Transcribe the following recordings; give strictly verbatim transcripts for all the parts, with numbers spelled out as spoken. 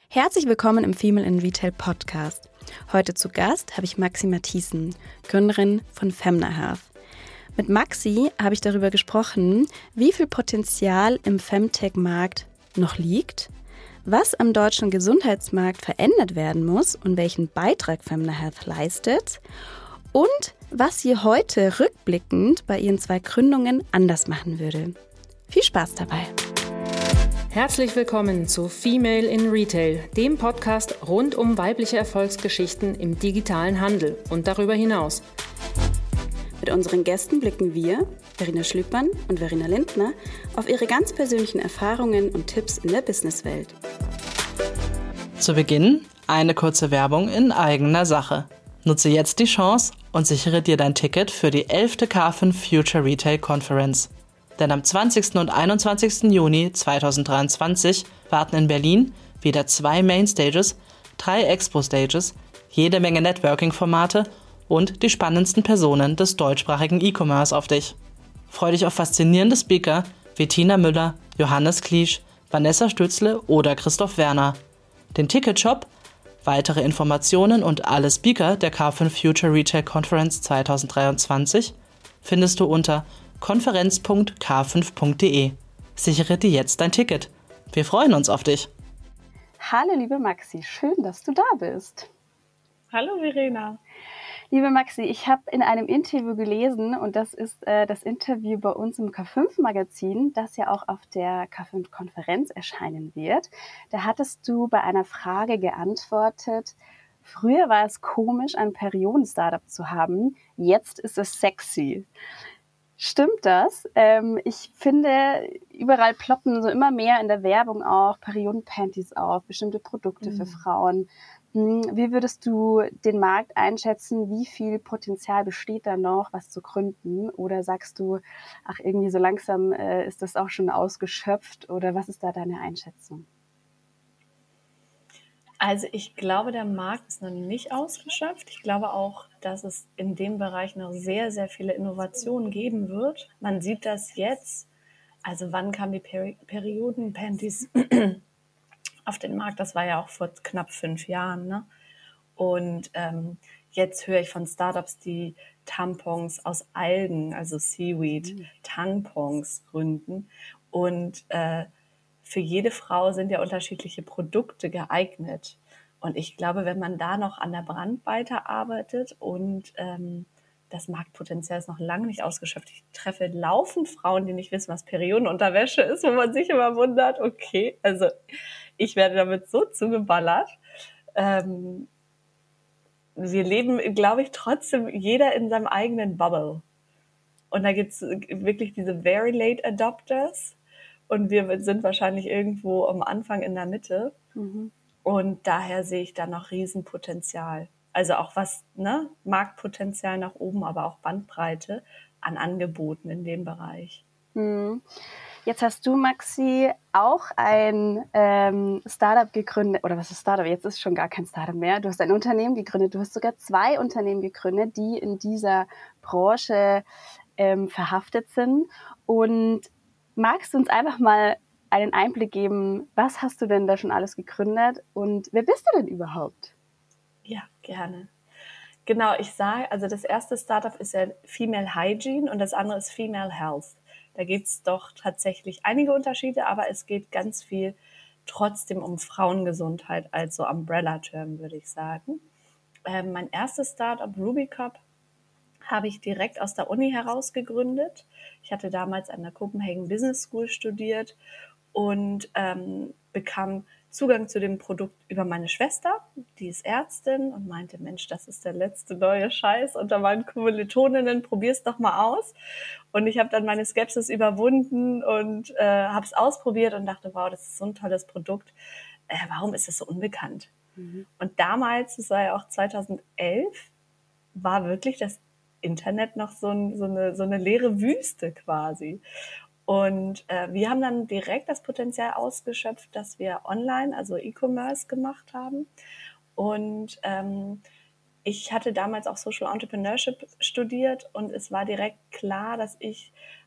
Herzlich willkommen im Female in Retail Podcast. Heute zu Gast habe ich Maxi Matthiessen, Gründerin von Femna Health. Mit Maxi habe ich darüber gesprochen, wie viel Potenzial im Femtech-Markt noch liegt, was am deutschen Gesundheitsmarkt verändert werden muss und welchen Beitrag Femna Health leistet und was sie heute rückblickend bei ihren zwei Gründungen anders machen würde. Viel Spaß dabei! Herzlich willkommen zu Female in Retail, dem Podcast rund um weibliche Erfolgsgeschichten im digitalen Handel und darüber hinaus. Mit unseren Gästen blicken wir, Verena Schlüppmann und Verena Lindner, auf ihre ganz persönlichen Erfahrungen und Tipps in der Businesswelt. Zu Beginn eine kurze Werbung in eigener Sache. Nutze jetzt die Chance und sichere dir dein Ticket für die elfte K fünf Future Retail Conference. Denn am zwanzigsten und einundzwanzigsten Juni zweitausenddreiundzwanzig warten in Berlin wieder zwei Mainstages, drei Expo-Stages, jede Menge Networking-Formate und die spannendsten Personen des deutschsprachigen E-Commerce auf dich. Freu dich auf faszinierende Speaker wie Tina Müller, Johannes Kliesch, Vanessa Stützle oder Christoph Werner. Den Ticketshop, weitere Informationen und alle Speaker der K fünf Future Retail Conference zweitausenddreiundzwanzig findest du unter konferenz punkt k fünf punkt de. Sichere dir jetzt dein Ticket. Wir freuen uns auf dich. Hallo liebe Maxi, schön, dass du da bist. Hallo Verena. Liebe Maxi, ich habe in einem Interview gelesen, und das ist äh, das Interview bei uns im K fünf Magazin, das ja auch auf der K fünf Konferenz erscheinen wird. Da hattest du bei einer Frage geantwortet: Früher war es komisch, ein Perioden-Startup zu haben, jetzt ist es sexy. Stimmt das? Ähm, ich finde, überall ploppen so immer mehr in der Werbung auch Periodenpanties auf, bestimmte Produkte mhm. für Frauen. Wie würdest du den Markt einschätzen? Wie viel Potenzial besteht da noch, was zu gründen? Oder sagst du, ach, irgendwie so langsam äh, ist das auch schon ausgeschöpft? Oder was ist da deine Einschätzung? Also ich glaube, der Markt ist noch nicht ausgeschöpft. Ich glaube auch, dass es in dem Bereich noch sehr, sehr viele Innovationen geben wird. Man sieht das jetzt. Also wann kamen die Peri- Periodenpanties auf den Markt? Das war ja auch vor knapp fünf Jahren. Ne? Und ähm, jetzt höre ich von Startups, die Tampons aus Algen, also Seaweed, mhm. Tampons gründen. Und äh, für jede Frau sind ja unterschiedliche Produkte geeignet. Und ich glaube, wenn man da noch an der Brandweite arbeitet und ähm, das Marktpotenzial ist noch lange nicht ausgeschöpft. Ich treffe laufend Frauen, die nicht wissen, was Periodenunterwäsche ist, wo man sich immer wundert, okay, also ich werde damit so zugeballert. Ähm, wir leben, glaube ich, trotzdem jeder in seinem eigenen Bubble. Und da gibt es wirklich diese very late adopters. Und wir sind wahrscheinlich irgendwo am Anfang in der Mitte. Mhm. Und daher sehe ich da noch Riesenpotenzial. Also auch was, ne, Marktpotenzial nach oben, aber auch Bandbreite an Angeboten in dem Bereich. Mhm. Jetzt hast du, Maxi, auch ein ähm, Startup gegründet, oder was ist Startup? Jetzt ist schon gar kein Startup mehr. Du hast ein Unternehmen gegründet, du hast sogar zwei Unternehmen gegründet, die in dieser Branche ähm, verhaftet sind. Und magst du uns einfach mal einen Einblick geben, was hast du denn da schon alles gegründet und wer bist du denn überhaupt? Ja, gerne. Genau, ich sage, also das erste Startup ist ja Female Hygiene und das andere ist Female Health. Da gibt es doch tatsächlich einige Unterschiede, aber es geht ganz viel trotzdem um Frauengesundheit, also Umbrella-Term, würde ich sagen. Ähm, mein erstes Startup, Rubycup, habe ich direkt aus der Uni heraus gegründet. Ich hatte damals an der Copenhagen Business School studiert und ähm, bekam Zugang zu dem Produkt über meine Schwester, die ist Ärztin und meinte, Mensch, das ist der letzte neue Scheiß unter meinen Kommilitoninnen, probier's doch mal aus. Und ich habe dann meine Skepsis überwunden und äh, habe es ausprobiert und dachte, wow, das ist so ein tolles Produkt. Äh, warum ist das so unbekannt? Mhm. Und damals, das war ja auch zweitausendelf, war wirklich das Internet noch so, ein, so, eine, so eine leere Wüste quasi. Und äh, wir haben dann direkt das Potenzial ausgeschöpft, dass wir online, also E-Commerce gemacht haben. Und ähm, ich hatte damals auch Social Entrepreneurship studiert und es war direkt klar, dass ich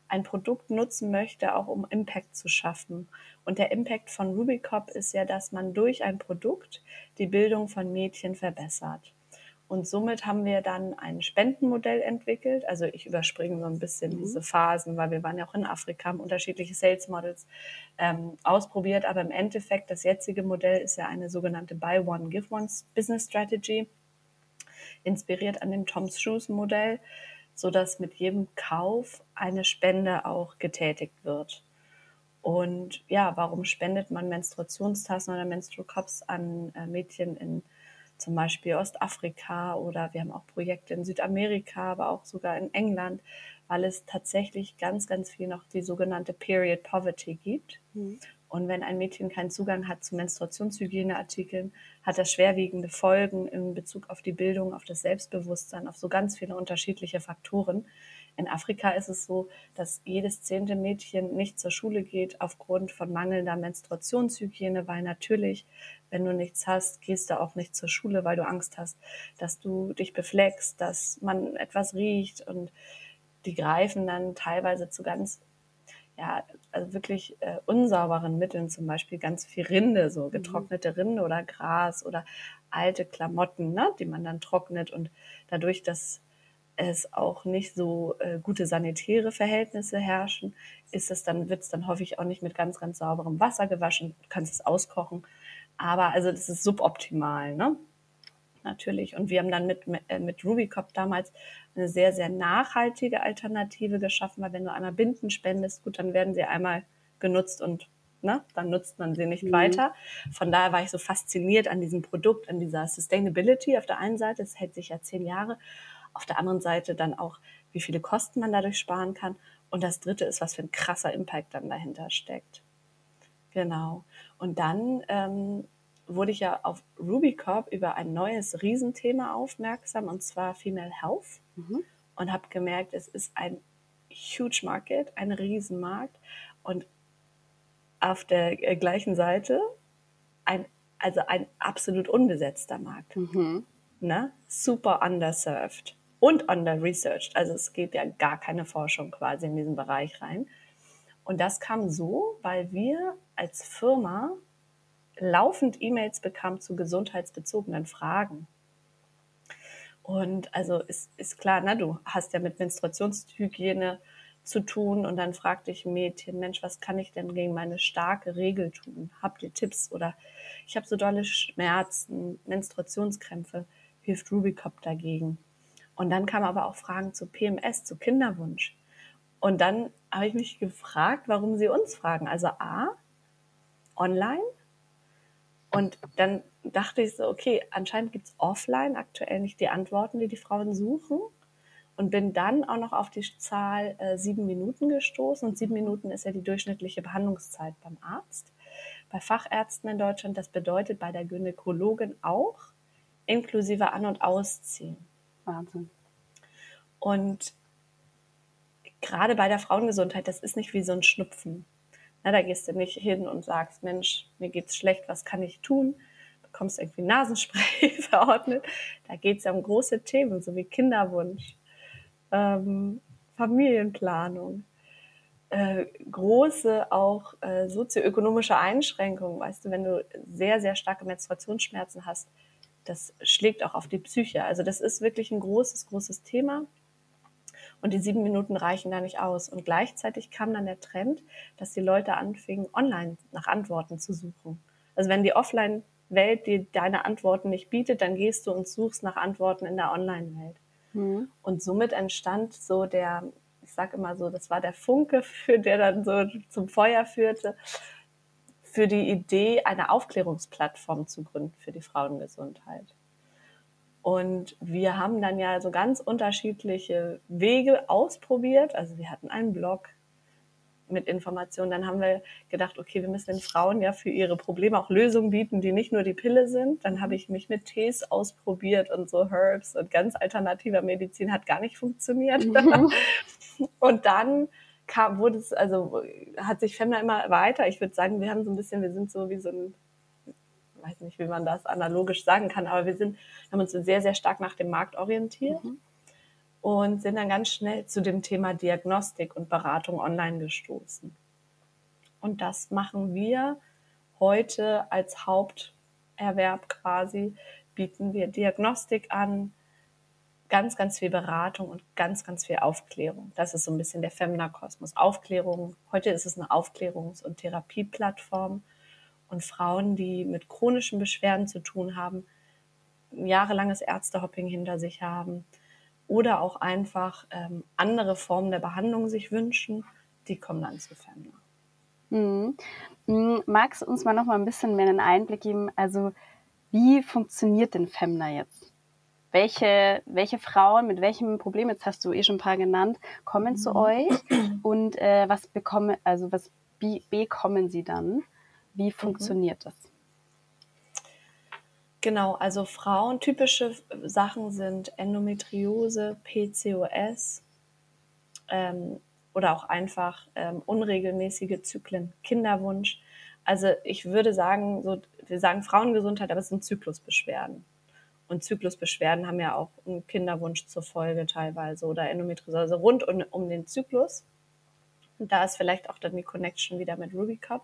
ein Produkt nutzen möchte, auch um Impact zu schaffen. Und der Impact von Rubicop ist ja, dass man durch ein Produkt die Bildung von Mädchen verbessert. Und somit haben wir dann ein Spendenmodell entwickelt. Also ich überspringe so ein bisschen mhm. diese Phasen, weil wir waren ja auch in Afrika, haben unterschiedliche Sales Models ähm, ausprobiert. Aber im Endeffekt, das jetzige Modell ist ja eine sogenannte Buy One, Give One Business Strategy, inspiriert an dem Tom's Shoes Modell, sodass mit jedem Kauf eine Spende auch getätigt wird. Und ja, warum spendet man Menstruationstassen oder Menstrual Cups an äh, Mädchen in zum Beispiel Ostafrika, oder wir haben auch Projekte in Südamerika, aber auch sogar in England, weil es tatsächlich ganz, ganz viel noch die sogenannte Period Poverty gibt. Mhm. Und wenn ein Mädchen keinen Zugang hat zu Menstruationshygieneartikeln, hat das schwerwiegende Folgen in Bezug auf die Bildung, auf das Selbstbewusstsein, auf so ganz viele unterschiedliche Faktoren. In Afrika ist es so, dass jedes zehnte Mädchen nicht zur Schule geht aufgrund von mangelnder Menstruationshygiene, weil natürlich, wenn du nichts hast, gehst du auch nicht zur Schule, weil du Angst hast, dass du dich befleckst, dass man etwas riecht, und die greifen dann teilweise zu ganz, ja, also wirklich äh, unsauberen Mitteln, zum Beispiel ganz viel Rinde, so getrocknete Rinde oder Gras oder alte Klamotten, ne, die man dann trocknet, und dadurch, dass es auch nicht so äh, gute sanitäre Verhältnisse herrschen, ist es dann, wird es dann häufig auch nicht mit ganz, ganz sauberem Wasser gewaschen. Du kannst es auskochen, aber also das ist suboptimal, ne? Natürlich. Und wir haben dann mit, mit, äh, mit Rubicop damals eine sehr, sehr nachhaltige Alternative geschaffen, weil wenn du einmal Binden spendest, gut, dann werden sie einmal genutzt und ne, dann nutzt man sie nicht mhm. weiter. Von daher war ich so fasziniert an diesem Produkt, an dieser Sustainability auf der einen Seite, es hält sich ja zehn Jahre, auf der anderen Seite dann auch, wie viele Kosten man dadurch sparen kann. Und das Dritte ist, was für ein krasser Impact dann dahinter steckt. Genau. Und dann ähm, wurde ich ja auf Rubicop über ein neues Riesenthema aufmerksam, und zwar Female Health. Mhm. Und habe gemerkt, es ist ein huge Market, ein Riesenmarkt. Und auf der gleichen Seite ein, also ein absolut unbesetzter Markt. Mhm. Ne? Super underserved. Und under-researched. Also es geht ja gar keine Forschung quasi in diesen Bereich rein. Und das kam so, weil wir als Firma laufend E-Mails bekamen zu gesundheitsbezogenen Fragen. Und also ist, ist klar, ne, du hast ja mit Menstruationshygiene zu tun, und dann fragt dich ein Mädchen, Mensch, was kann ich denn gegen meine starke Regel tun? Habt ihr Tipps? Oder ich habe so dolle Schmerzen, Menstruationskrämpfe. Hilft Rubicop dagegen? Und dann kamen aber auch Fragen zu P M S, zu Kinderwunsch. Und dann habe ich mich gefragt, warum sie uns fragen. Also A, online. Und dann dachte ich so, okay, anscheinend gibt es offline aktuell nicht die Antworten, die die Frauen suchen. Und bin dann auch noch auf die Zahl äh, sieben Minuten gestoßen. Und sieben Minuten ist ja die durchschnittliche Behandlungszeit beim Arzt. Bei Fachärzten in Deutschland, das bedeutet bei der Gynäkologin auch, inklusive An- und Ausziehen. Wahnsinn. Und gerade bei der Frauengesundheit, das ist nicht wie so ein Schnupfen. Na, da gehst du nicht hin und sagst, Mensch, mir geht's schlecht, was kann ich tun? Bekommst irgendwie Nasenspray verordnet. Da geht's ja um große Themen, so wie Kinderwunsch, ähm, Familienplanung, äh, große auch äh, sozioökonomische Einschränkungen. Weißt du, wenn du sehr, sehr starke Menstruationsschmerzen hast, das schlägt auch auf die Psyche. Also das ist wirklich ein großes, großes Thema. Und die sieben Minuten reichen da nicht aus. Und gleichzeitig kam dann der Trend, dass die Leute anfingen, online nach Antworten zu suchen. Also wenn die Offline-Welt dir deine Antworten nicht bietet, dann gehst du und suchst nach Antworten in der Online-Welt. Mhm. Und somit entstand so der, ich sag immer so, das war der Funke, für der dann so zum Feuer führte, für die Idee, eine Aufklärungsplattform zu gründen für die Frauengesundheit. Und wir haben dann ja so ganz unterschiedliche Wege ausprobiert. Also wir hatten einen Blog mit Informationen. Dann haben wir gedacht, okay, wir müssen den Frauen ja für ihre Probleme auch Lösungen bieten, die nicht nur die Pille sind. Dann habe ich mich mit Tees ausprobiert und so Herbs und ganz alternativer Medizin, hat gar nicht funktioniert. Mhm. Und dann kam, wurde es, also hat sich Femna immer weiter. Ich würde sagen, wir haben so ein bisschen, wir sind so wie so ein, ich weiß nicht, wie man das analogisch sagen kann, aber wir sind, haben uns sehr, sehr stark nach dem Markt orientiert. Mhm. und sind dann ganz schnell zu dem Thema Diagnostik und Beratung online gestoßen. Und das machen wir heute als Haupterwerb quasi, bieten wir Diagnostik an, ganz, ganz viel Beratung und ganz, ganz viel Aufklärung. Das ist so ein bisschen der Femna-Kosmos. Aufklärung, heute ist es eine Aufklärungs- und Therapieplattform. Und Frauen, die mit chronischen Beschwerden zu tun haben, ein jahrelanges Ärztehopping hinter sich haben oder auch einfach ähm, andere Formen der Behandlung sich wünschen, die kommen dann zu Femna. Mhm. Magst du uns mal noch mal ein bisschen mehr einen Einblick geben? Also wie funktioniert denn Femna jetzt? Welche, welche Frauen mit welchem Problem, jetzt hast du eh schon ein paar genannt, kommen zu euch und äh, was bekommen, also was be- bekommen sie dann? Wie funktioniert das? Genau, also Frauen, typische Sachen sind Endometriose, P C O S ähm, oder auch einfach ähm, unregelmäßige Zyklen, Kinderwunsch. Also ich würde sagen, so, wir sagen Frauengesundheit, aber es sind Zyklusbeschwerden. Und Zyklusbeschwerden haben ja auch einen Kinderwunsch zur Folge teilweise oder Endometriose, also rund um, um den Zyklus. Und da ist vielleicht auch dann die Connection wieder mit Ruby Cup.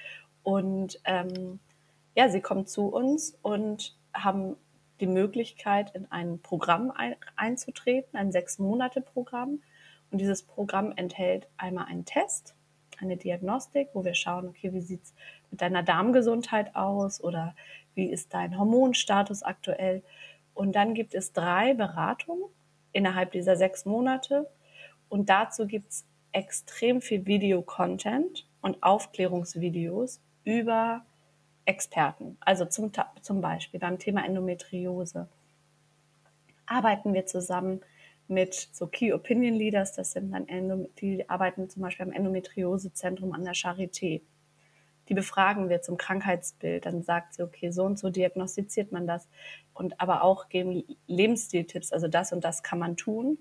Und ähm, ja, sie kommen zu uns und haben die Möglichkeit, in ein Programm ein, einzutreten, ein Sechs-Monate-Programm. Und dieses Programm enthält einmal einen Test, eine Diagnostik, wo wir schauen, okay, wie sieht's mit deiner Darmgesundheit aus oder wie ist dein Hormonstatus aktuell. Und dann gibt es drei Beratungen innerhalb dieser sechs Monate. Und dazu gibt's extrem viel Video-Content und Aufklärungsvideos über Experten. Also zum, zum Beispiel beim Thema Endometriose arbeiten wir zusammen mit so Key Opinion Leaders, das sind dann Endom- die arbeiten zum Beispiel am Endometriosezentrum an der Charité. Die befragen wir zum Krankheitsbild, dann sagt sie, okay, so und so diagnostiziert man das und aber auch geben Lebensstiltipps, also das und das kann man tun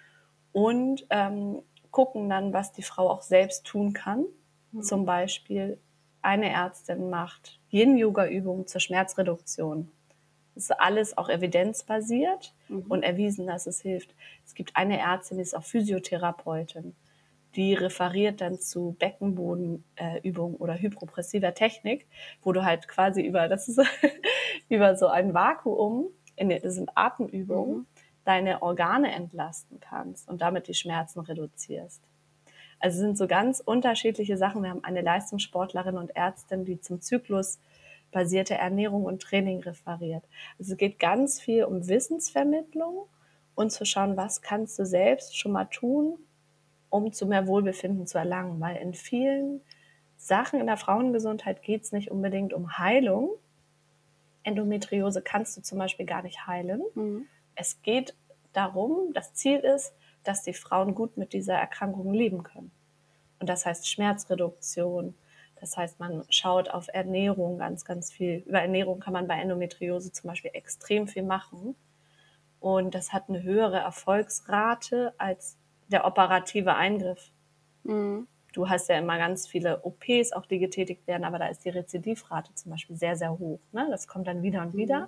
und ähm, gucken dann, was die Frau auch selbst tun kann. Mhm. Zum Beispiel eine Ärztin macht Yin-Yoga-Übungen zur Schmerzreduktion. Das ist alles auch evidenzbasiert mhm. und erwiesen, dass es hilft. Es gibt eine Ärztin, die ist auch Physiotherapeutin. Die referiert dann zu Beckenbodenübungen äh, oder hypopressiver Technik, wo du halt quasi über, das ist über so ein Vakuum, in der, das sind Atemübungen, mhm. deine Organe entlasten kannst und damit die Schmerzen reduzierst. Also es sind so ganz unterschiedliche Sachen. Wir haben eine Leistungssportlerin und Ärztin, die zum Zyklus basierte Ernährung und Training referiert. Also es geht ganz viel um Wissensvermittlung und zu schauen, was kannst du selbst schon mal tun, um zu mehr Wohlbefinden zu erlangen. Weil in vielen Sachen in der Frauengesundheit geht es nicht unbedingt um Heilung. Endometriose kannst du zum Beispiel gar nicht heilen. Mhm. Es geht darum, das Ziel ist, dass die Frauen gut mit dieser Erkrankung leben können. Und das heißt Schmerzreduktion. Das heißt, man schaut auf Ernährung ganz, ganz viel. Über Ernährung kann man bei Endometriose zum Beispiel extrem viel machen. Und das hat eine höhere Erfolgsrate als der operative Eingriff. Mhm. Du hast ja immer ganz viele O Ps, auch die getätigt werden, aber da ist die Rezidivrate zum Beispiel sehr, sehr hoch. Ne? Das kommt dann wieder und mhm. wieder.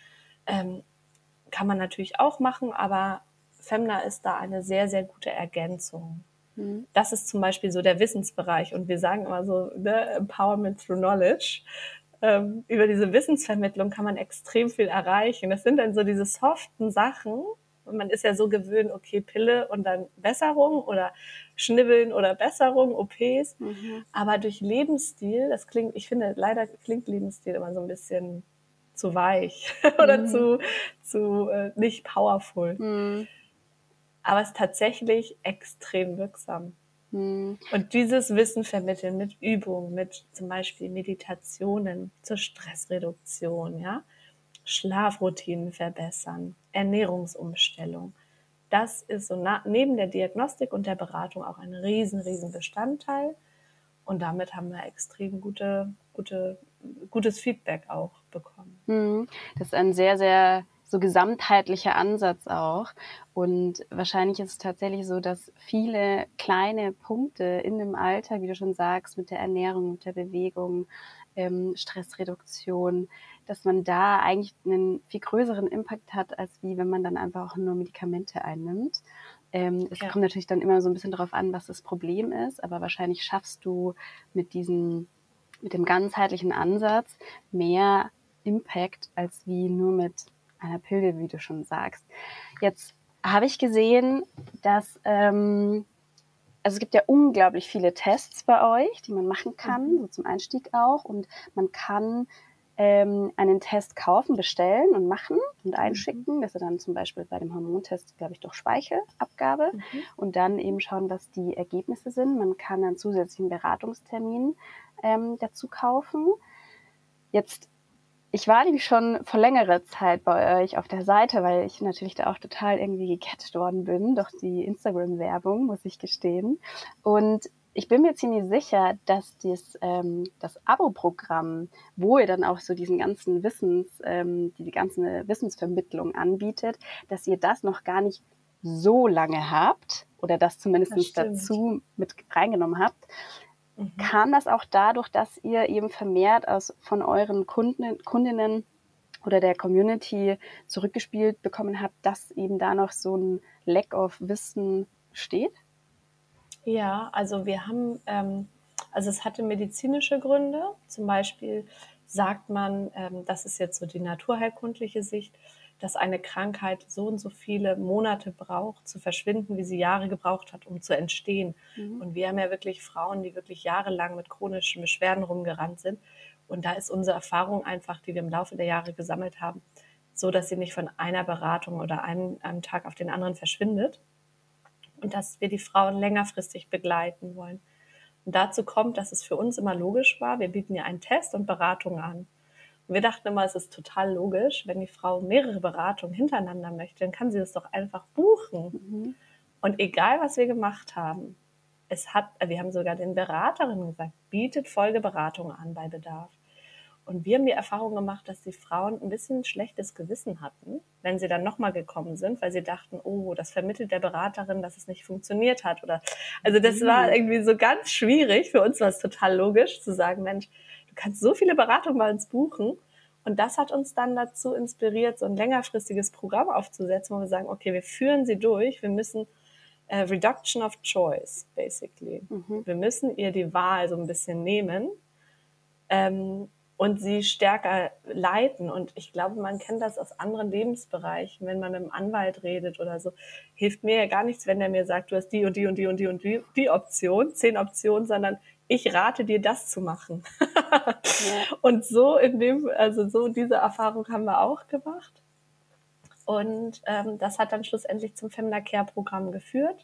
Ähm, kann man natürlich auch machen, aber Femna ist da eine sehr, sehr gute Ergänzung. Mhm. Das ist zum Beispiel so der Wissensbereich und wir sagen immer so, ne, Empowerment through Knowledge. Ähm, über diese Wissensvermittlung kann man extrem viel erreichen. Das sind dann so diese soften Sachen und man ist ja so gewöhnt, okay, Pille und dann Besserung oder Schnibbeln oder Besserung, O Ps. Mhm. Aber durch Lebensstil, das klingt, ich finde, leider klingt Lebensstil immer so ein bisschen zu weich oder mhm. zu, zu äh, nicht powerful. Mhm. Aber es ist tatsächlich extrem wirksam. Mhm. Und dieses Wissen vermitteln mit Übungen, mit zum Beispiel Meditationen zur Stressreduktion, ja, Schlafroutinen verbessern, Ernährungsumstellung. Das ist so na- neben der Diagnostik und der Beratung auch ein riesen, riesen Bestandteil. Und damit haben wir extrem gute, gute, gutes Feedback auch bekommen. Mhm. Das ist ein sehr, sehr so gesamtheitlicher Ansatz auch. Und wahrscheinlich ist es tatsächlich so, dass viele kleine Punkte in dem Alltag, wie du schon sagst, mit der Ernährung, mit der Bewegung, ähm, Stressreduktion, dass man da eigentlich einen viel größeren Impact hat, als wie wenn man dann einfach auch nur Medikamente einnimmt. Ähm, es Ja. kommt natürlich dann immer so ein bisschen darauf an, was das Problem ist, aber wahrscheinlich schaffst du mit diesem, mit dem ganzheitlichen Ansatz mehr Impact, als wie nur mit einer Pille, wie du schon sagst. Jetzt habe ich gesehen, dass, ähm, also es gibt ja unglaublich viele Tests bei euch, die man machen kann, Mhm. so zum Einstieg auch. Und man kann ähm, einen Test kaufen, bestellen und machen und einschicken. Das ist dann zum Beispiel bei dem Hormontest, glaube ich, durch Speichelabgabe. Mhm. Und dann eben schauen, was die Ergebnisse sind. Man kann einen zusätzlichen Beratungstermin ähm, dazu kaufen. Jetzt, ich war nämlich schon vor längerer Zeit bei euch auf der Seite, weil ich natürlich da auch total irgendwie gecatcht worden bin durch die Instagram-Werbung, muss ich gestehen. Und ich bin mir ziemlich sicher, dass das, ähm, das Abo-Programm, wo ihr dann auch so diesen ganzen Wissens, ähm, die, die ganze Wissensvermittlung anbietet, dass ihr das noch gar nicht so lange habt oder das zumindest Das stimmt. dazu mit reingenommen habt. Mhm. Kam das auch dadurch, dass ihr eben vermehrt aus, von euren Kunden, Kundinnen oder der Community zurückgespielt bekommen habt, dass eben da noch so ein Lack of Wissen steht? Ja, also wir haben, ähm, also es hatte medizinische Gründe. Zum Beispiel sagt man, ähm, das ist jetzt so die naturheilkundliche Sicht, dass eine Krankheit so und so viele Monate braucht, zu verschwinden, wie sie Jahre gebraucht hat, um zu entstehen. Mhm. Und wir haben ja wirklich Frauen, die wirklich jahrelang mit chronischen Beschwerden rumgerannt sind. Und da ist unsere Erfahrung einfach, die wir im Laufe der Jahre gesammelt haben, so, dass sie nicht von einer Beratung oder einem, einem Tag auf den anderen verschwindet. Und dass wir die Frauen längerfristig begleiten wollen. Und dazu kommt, dass es für uns immer logisch war, wir bieten ja einen Test und Beratung an. Und wir dachten immer, es ist total logisch, wenn die Frau mehrere Beratungen hintereinander möchte, dann kann sie das doch einfach buchen. Mhm. Und egal, was wir gemacht haben, es hat, wir haben sogar den Beraterinnen gesagt, bietet Folgeberatungen an bei Bedarf. Und wir haben die Erfahrung gemacht, dass die Frauen ein bisschen schlechtes Gewissen hatten, wenn sie dann nochmal gekommen sind, weil sie dachten, oh, das vermittelt der Beraterin, dass es nicht funktioniert hat. Oder, also das war irgendwie so ganz schwierig. Für uns war es total logisch zu sagen, Mensch, du kannst so viele Beratungen bei uns buchen. Und das hat uns dann dazu inspiriert, so ein längerfristiges Programm aufzusetzen, wo wir sagen, okay, wir führen sie durch, wir müssen äh, Reduction of Choice, basically. Mhm. Wir müssen ihr die Wahl so ein bisschen nehmen. Ähm, und sie stärker leiten. Und ich glaube, man kennt das aus anderen Lebensbereichen. Wenn man mit einem Anwalt redet oder so, hilft mir ja gar nichts, wenn der mir sagt, du hast die und die und die und die und die, die Option, zehn Optionen, sondern ich rate dir, das zu machen. Ja. Und so in dem, also so diese Erfahrung haben wir auch gemacht. Und ähm, das hat dann schlussendlich zum Femina Care Programm geführt.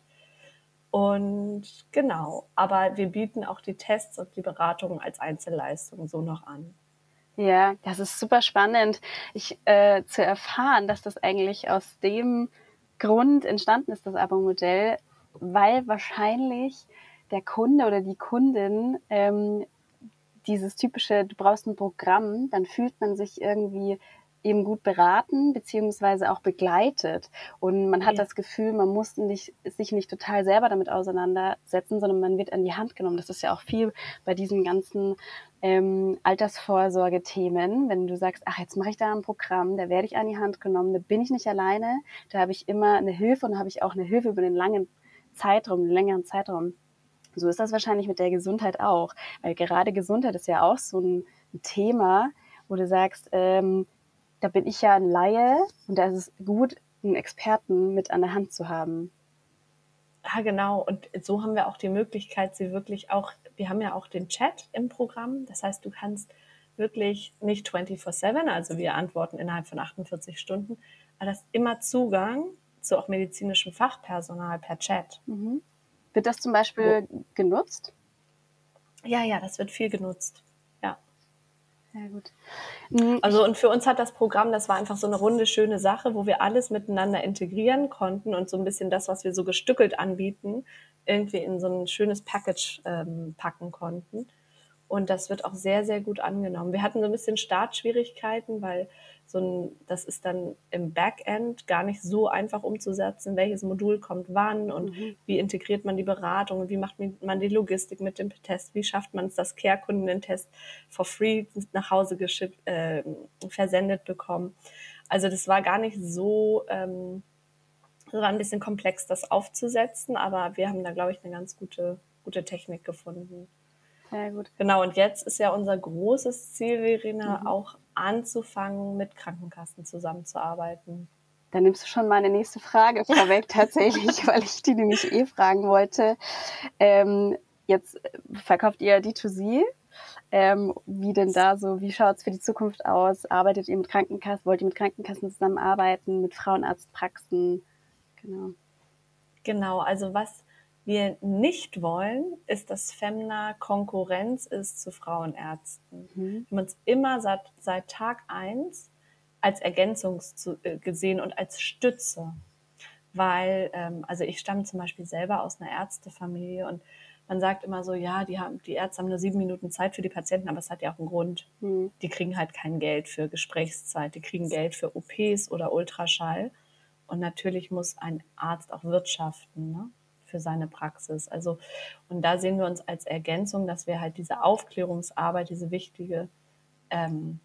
Und genau, aber wir bieten auch die Tests und die Beratungen als Einzelleistung so noch an. Ja, das ist super spannend, ich, äh, zu erfahren, dass das eigentlich aus dem Grund entstanden ist, das Abo-Modell, weil wahrscheinlich der Kunde oder die Kundin ähm, dieses typische, du brauchst ein Programm, dann fühlt man sich irgendwie eben gut beraten beziehungsweise auch begleitet. Und man hat Ja. das Gefühl, man muss nicht, sich nicht total selber damit auseinandersetzen, sondern man wird an die Hand genommen. Das ist ja auch viel bei diesen ganzen ähm, Altersvorsorge-Themen. Wenn du sagst, ach, jetzt mache ich da ein Programm, da werde ich an die Hand genommen, da bin ich nicht alleine, da habe ich immer eine Hilfe und da habe ich auch eine Hilfe über den langen Zeitraum, den längeren Zeitraum. So ist das wahrscheinlich mit der Gesundheit auch. Weil gerade Gesundheit ist ja auch so ein Thema, wo du sagst, ähm, da bin ich ja ein Laie und da ist es gut, einen Experten mit an der Hand zu haben. Ja, genau. Und so haben wir auch die Möglichkeit, sie wirklich auch, wir haben ja auch den Chat im Programm. Das heißt, du kannst wirklich nicht vierundzwanzig sieben, also wir antworten innerhalb von achtundvierzig Stunden, aber das ist immer Zugang zu auch medizinischem Fachpersonal per Chat. Mhm. Wird das zum Beispiel Wo? genutzt? Ja, ja, das wird viel genutzt. Ja. Sehr gut. Also und für uns hat das Programm, das war einfach so eine runde, schöne Sache, wo wir alles miteinander integrieren konnten und so ein bisschen das, was wir so gestückelt anbieten, irgendwie in so ein schönes Package ähm, packen konnten. Und das wird auch sehr, sehr gut angenommen. Wir hatten so ein bisschen Startschwierigkeiten, weil so ein, das ist dann im Backend gar nicht so einfach umzusetzen, welches Modul kommt wann und mhm. wie integriert man die Beratung und wie macht man die Logistik mit dem Test, wie schafft man es, dass Care-Kunden den Test for free nach Hause geschickt, äh, versendet bekommen. Also das war gar nicht so, ähm, das war ein bisschen komplex, das aufzusetzen, aber wir haben da, glaube ich, eine ganz gute, gute Technik gefunden. Sehr gut. Genau, und jetzt ist ja unser großes Ziel, Verena, mhm. auch anzufangen, mit Krankenkassen zusammenzuarbeiten. Da nimmst du schon meine nächste Frage vorweg tatsächlich, weil ich die nämlich eh fragen wollte. Ähm, jetzt verkauft ihr D zwei C. Ähm, wie denn da so, wie schaut es für die Zukunft aus? Arbeitet ihr mit Krankenkassen, wollt ihr mit Krankenkassen zusammenarbeiten, mit Frauenarztpraxen? Genau. Genau, also was wir nicht wollen, ist, dass Femna Konkurrenz ist zu Frauenärzten. Mhm. Wir haben uns immer seit, seit Tag eins als Ergänzung zu, äh, gesehen und als Stütze. Weil, ähm, also ich stamme zum Beispiel selber aus einer Ärztefamilie und man sagt immer so, ja, die, haben, die Ärzte haben nur sieben Minuten Zeit für die Patienten, aber es hat ja auch einen Grund. Mhm. Die kriegen halt kein Geld für Gesprächszeit, die kriegen Geld für O Ps oder Ultraschall. Und natürlich muss ein Arzt auch wirtschaften, ne, für seine Praxis. Also, und da sehen wir uns als Ergänzung, dass wir halt diese Aufklärungsarbeit, diese wichtige, ähm,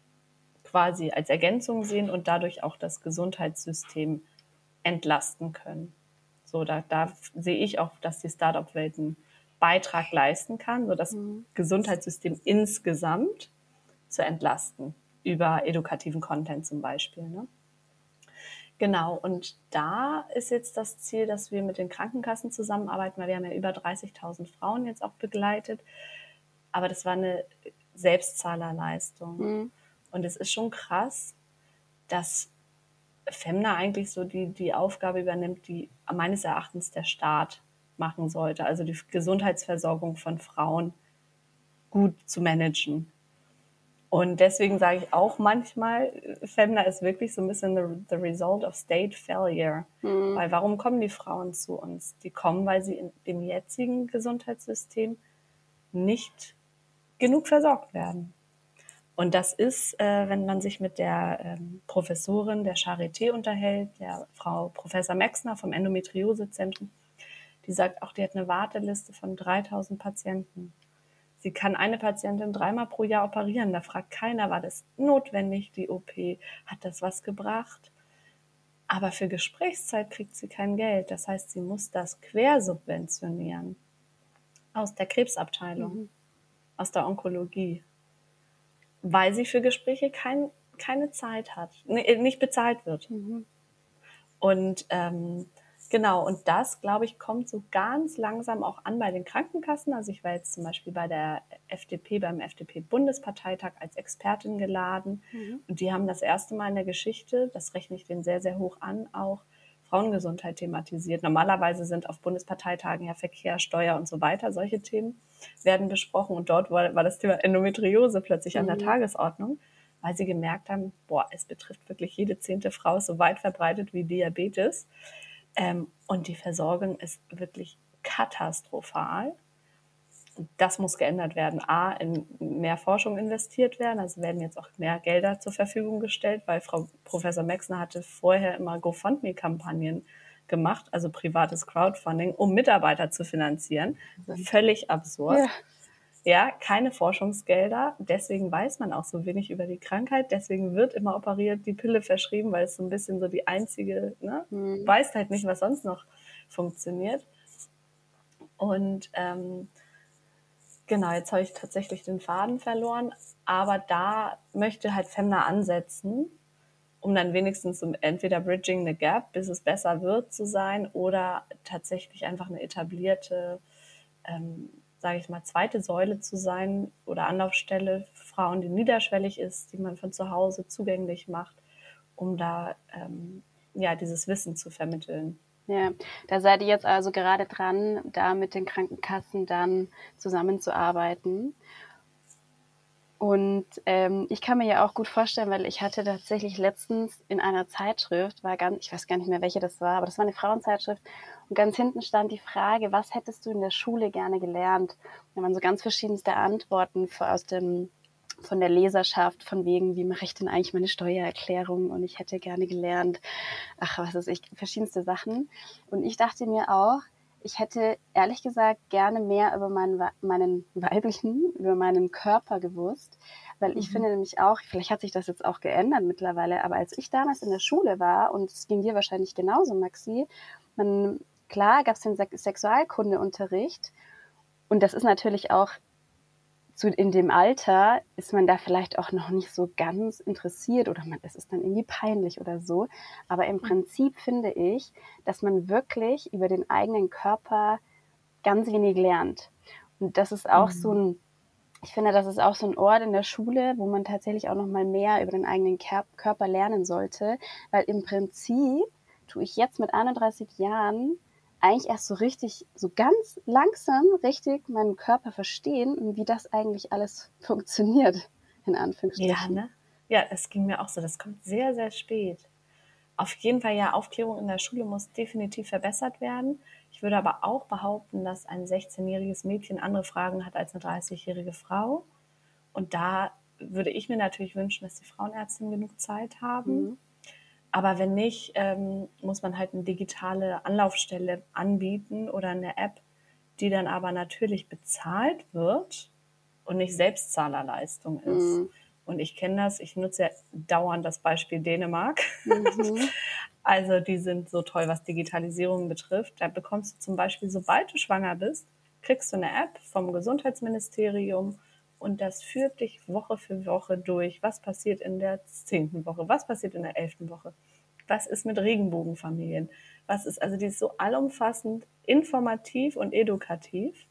quasi als Ergänzung sehen und dadurch auch das Gesundheitssystem entlasten können. So, da, da sehe ich auch, dass die Startup-Welt einen Beitrag leisten kann, so das mhm. Gesundheitssystem insgesamt zu entlasten, über edukativen Content zum Beispiel, ne? Genau, und da ist jetzt das Ziel, dass wir mit den Krankenkassen zusammenarbeiten, weil wir haben ja über dreißigtausend Frauen jetzt auch begleitet. Aber das war eine Selbstzahlerleistung. Mhm. Und es ist schon krass, dass Femna eigentlich so die, die Aufgabe übernimmt, die meines Erachtens der Staat machen sollte. Also die Gesundheitsversorgung von Frauen gut zu managen. Und deswegen sage ich auch manchmal, Femna ist wirklich so ein bisschen the, the result of state failure. Mhm. Weil warum kommen die Frauen zu uns? Die kommen, weil sie in dem jetzigen Gesundheitssystem nicht genug versorgt werden. Und das ist, äh, wenn man sich mit der ähm, Professorin der Charité unterhält, der Frau Professor Mexner vom Endometriosezentrum, die sagt auch, die hat eine Warteliste von dreitausend Patienten. Sie kann eine Patientin dreimal pro Jahr operieren. Da fragt keiner, war das notwendig, die O P? Hat das was gebracht? Aber für Gesprächszeit kriegt sie kein Geld. Das heißt, sie muss das quersubventionieren. Aus der Krebsabteilung, mhm. aus der Onkologie. Weil sie für Gespräche kein, keine Zeit hat, nicht bezahlt wird. Mhm. Und ähm, genau, und das, glaube ich, kommt so ganz langsam auch an bei den Krankenkassen. Also ich war jetzt zum Beispiel bei der F D P, beim F D P-Bundesparteitag als Expertin geladen. Mhm. Und die haben das erste Mal in der Geschichte, das rechne ich denen sehr, sehr hoch an, auch Frauengesundheit thematisiert. Normalerweise sind auf Bundesparteitagen ja Verkehr, Steuer und so weiter, solche Themen werden besprochen. Und dort war, war das Thema Endometriose plötzlich mhm. an der Tagesordnung, weil sie gemerkt haben, boah, es betrifft wirklich jede zehnte Frau, so weit verbreitet wie Diabetes. Ähm, und die Versorgung ist wirklich katastrophal. Das muss geändert werden. A, in mehr Forschung investiert werden. Also werden jetzt auch mehr Gelder zur Verfügung gestellt, weil Frau Professor Mexner hatte vorher immer GoFundMe-Kampagnen gemacht, also privates Crowdfunding, um Mitarbeiter zu finanzieren. Völlig absurd. Ja. Ja, keine Forschungsgelder. Deswegen weiß man auch so wenig über die Krankheit. Deswegen wird immer operiert, die Pille verschrieben, weil es so ein bisschen so die einzige, ne, mhm. weiß halt nicht, was sonst noch funktioniert. Und ähm, genau, jetzt habe ich tatsächlich den Faden verloren. Aber da möchte halt Femna ansetzen, um dann wenigstens um entweder bridging the gap, bis es besser wird, zu sein, oder tatsächlich einfach eine etablierte, ähm, sage ich mal, zweite Säule zu sein oder Anlaufstelle für Frauen, die niederschwellig ist, die man von zu Hause zugänglich macht, um da ähm, ja dieses Wissen zu vermitteln. Ja, da seid ihr jetzt also gerade dran, da mit den Krankenkassen dann zusammenzuarbeiten. Und ähm, ich kann mir ja auch gut vorstellen, weil ich hatte tatsächlich letztens in einer Zeitschrift, war ganz, ich weiß gar nicht mehr, welche das war, aber das war eine Frauenzeitschrift und ganz hinten stand die Frage, was hättest du in der Schule gerne gelernt? Da waren so ganz verschiedenste Antworten aus dem, von der Leserschaft, von wegen, wie mache ich denn eigentlich meine Steuererklärung und ich hätte gerne gelernt, ach, was weiß ich, verschiedenste Sachen. Und ich dachte mir auch, ich hätte ehrlich gesagt gerne mehr über meinen, meinen weiblichen, über meinen Körper gewusst, weil mhm. ich finde nämlich auch, vielleicht hat sich das jetzt auch geändert mittlerweile, aber als ich damals in der Schule war, und es ging dir wahrscheinlich genauso, Maxi, man, klar gab es den Sexualkundeunterricht und das ist natürlich auch zu, in dem Alter ist man da vielleicht auch noch nicht so ganz interessiert oder man, es ist dann irgendwie peinlich oder so. Aber im Prinzip finde ich, dass man wirklich über den eigenen Körper ganz wenig lernt. Und das ist auch mhm. so ein, ich finde, das ist auch so ein Ort in der Schule, wo man tatsächlich auch noch mal mehr über den eigenen Körper lernen sollte. Weil im Prinzip tue ich jetzt mit einunddreißig Jahren eigentlich erst so richtig, so ganz langsam richtig meinen Körper verstehen und wie das eigentlich alles funktioniert, in Anführungsstrichen. Ja, ne? Ja, es ging mir auch so. Das kommt sehr, sehr spät. Auf jeden Fall, ja, Aufklärung in der Schule muss definitiv verbessert werden. Ich würde aber auch behaupten, dass ein sechzehnjähriges Mädchen andere Fragen hat als eine dreißigjährige Frau. Und da würde ich mir natürlich wünschen, dass die Frauenärztinnen genug Zeit haben. Mhm. Aber wenn nicht, ähm, muss man halt eine digitale Anlaufstelle anbieten oder eine App, die dann aber natürlich bezahlt wird und nicht Selbstzahlerleistung ist. Mhm. Und ich kenne das, ich nutze ja dauernd das Beispiel Dänemark. Mhm. Also die sind so toll, was Digitalisierung betrifft. Da bekommst du zum Beispiel, sobald du schwanger bist, kriegst du eine App vom Gesundheitsministerium und das führt dich Woche für Woche durch. Was passiert in der zehnten Woche? Was passiert in der elften Woche? Was ist mit Regenbogenfamilien? Was ist, also die ist so allumfassend, informativ und edukativ.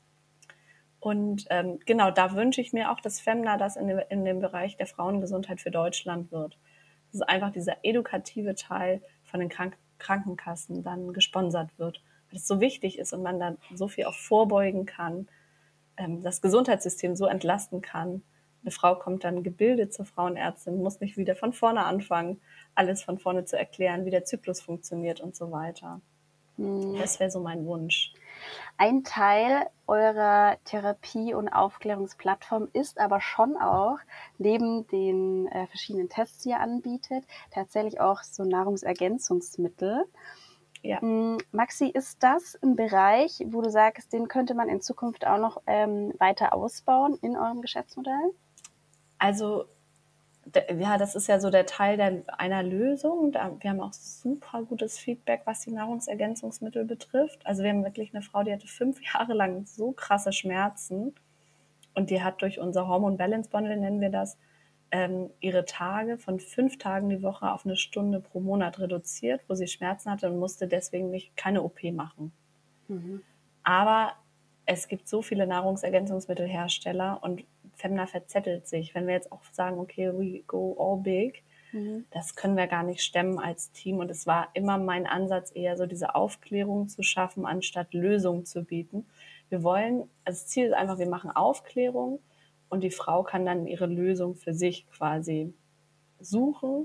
Und ähm, genau, da wünsche ich mir auch, dass Femna das in dem, in dem Bereich der Frauengesundheit für Deutschland wird. Das ist einfach dieser edukative Teil von den Krank- Krankenkassen dann gesponsert wird, weil es so wichtig ist und man dann so viel auch vorbeugen kann, ähm, das Gesundheitssystem so entlasten kann. Eine Frau kommt dann gebildet zur Frauenärztin, muss nicht wieder von vorne anfangen, alles von vorne zu erklären, wie der Zyklus funktioniert und so weiter. Hm. Das wäre so mein Wunsch. Ein Teil eurer Therapie- und Aufklärungsplattform ist aber schon auch, neben den äh, verschiedenen Tests, die ihr anbietet, tatsächlich auch so Nahrungsergänzungsmittel. Ja. Ähm, Maxi, ist das ein Bereich, wo du sagst, den könnte man in Zukunft auch noch ähm, weiter ausbauen in eurem Geschäftsmodell? Also ja, das ist ja so der Teil der, einer Lösung. Wir haben auch super gutes Feedback, was die Nahrungsergänzungsmittel betrifft. Also wir haben wirklich eine Frau, die hatte fünf Jahre lang so krasse Schmerzen und die hat durch unser Hormone Balance Bundle, nennen wir das, ähm, ihre Tage von fünf Tagen die Woche auf eine Stunde pro Monat reduziert, wo sie Schmerzen hatte und musste deswegen nicht keine O P machen. Mhm. Aber es gibt so viele Nahrungsergänzungsmittelhersteller und Femna verzettelt sich. Wenn wir jetzt auch sagen, okay, we go all big, mhm. das können wir gar nicht stemmen als Team. Und es war immer mein Ansatz, eher so diese Aufklärung zu schaffen, anstatt Lösungen zu bieten. Wir wollen, also das Ziel ist einfach, wir machen Aufklärung und die Frau kann dann ihre Lösung für sich quasi suchen.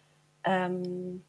Ähm,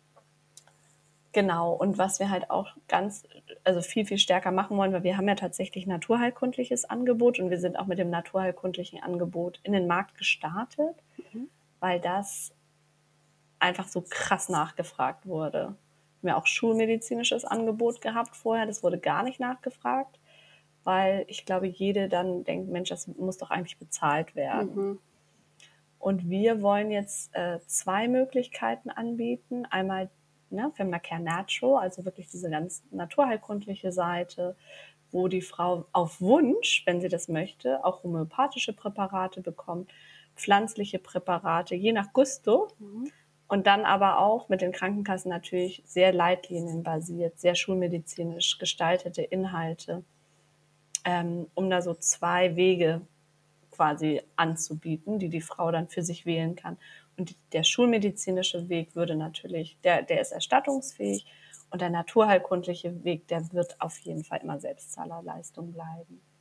Genau, und was wir halt auch ganz, also viel, viel stärker machen wollen, weil wir haben ja tatsächlich naturheilkundliches Angebot und wir sind auch mit dem naturheilkundlichen Angebot in den Markt gestartet, mhm. weil das einfach so krass nachgefragt wurde. Wir haben ja auch schulmedizinisches Angebot gehabt vorher, das wurde gar nicht nachgefragt, weil ich glaube, jede dann denkt, Mensch, das muss doch eigentlich bezahlt werden. Mhm. Und wir wollen jetzt äh, zwei Möglichkeiten anbieten. Einmal ne, Femna Care Natural, also wirklich diese ganz naturheilkundliche Seite, wo die Frau auf Wunsch, wenn sie das möchte, auch homöopathische Präparate bekommt, pflanzliche Präparate, je nach Gusto. Mhm. Und dann aber auch mit den Krankenkassen natürlich sehr leitlinienbasiert, sehr schulmedizinisch gestaltete Inhalte, ähm, um da so zwei Wege quasi anzubieten, die die Frau dann für sich wählen kann. Und der schulmedizinische Weg würde natürlich, der, der ist erstattungsfähig und der naturheilkundliche Weg, der wird auf jeden Fall immer Selbstzahlerleistung bleiben.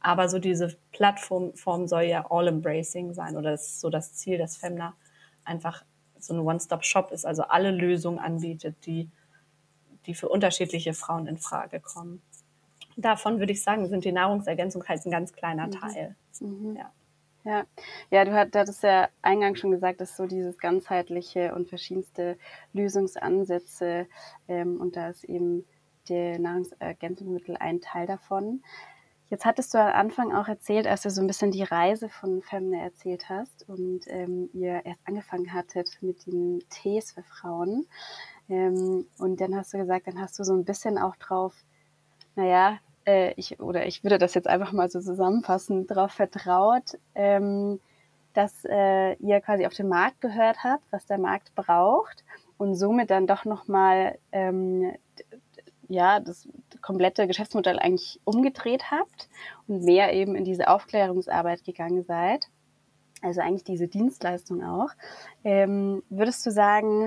Aber so diese Plattform soll ja all-embracing sein oder das ist so das Ziel, dass Femna einfach so ein One-Stop-Shop ist, also alle Lösungen anbietet, die, die für unterschiedliche Frauen in Frage kommen. Davon würde ich sagen, sind die Nahrungsergänzungen halt ein ganz kleiner Teil. Mhm. Ja. Ja, ja, du hat- du hattest ja eingangs schon gesagt, dass so dieses ganzheitliche und verschiedenste Lösungsansätze ähm, und da ist eben die Nahrungsergänzungsmittel ein Teil davon. Jetzt hattest du am Anfang auch erzählt, als du so ein bisschen die Reise von Femne erzählt hast und ähm, ihr erst angefangen hattet mit den Tees für Frauen. Ähm, und dann hast du gesagt, dann hast du so ein bisschen auch drauf, naja, äh, ich, oder ich würde das jetzt einfach mal so zusammenfassen, darauf vertraut, ähm, dass äh, ihr quasi auf den Markt gehört habt, was der Markt braucht und somit dann doch nochmal ähm, ja, das komplette Geschäftsmodell eigentlich umgedreht habt und mehr eben in diese Aufklärungsarbeit gegangen seid. Also eigentlich diese Dienstleistung auch. Ähm, würdest du sagen,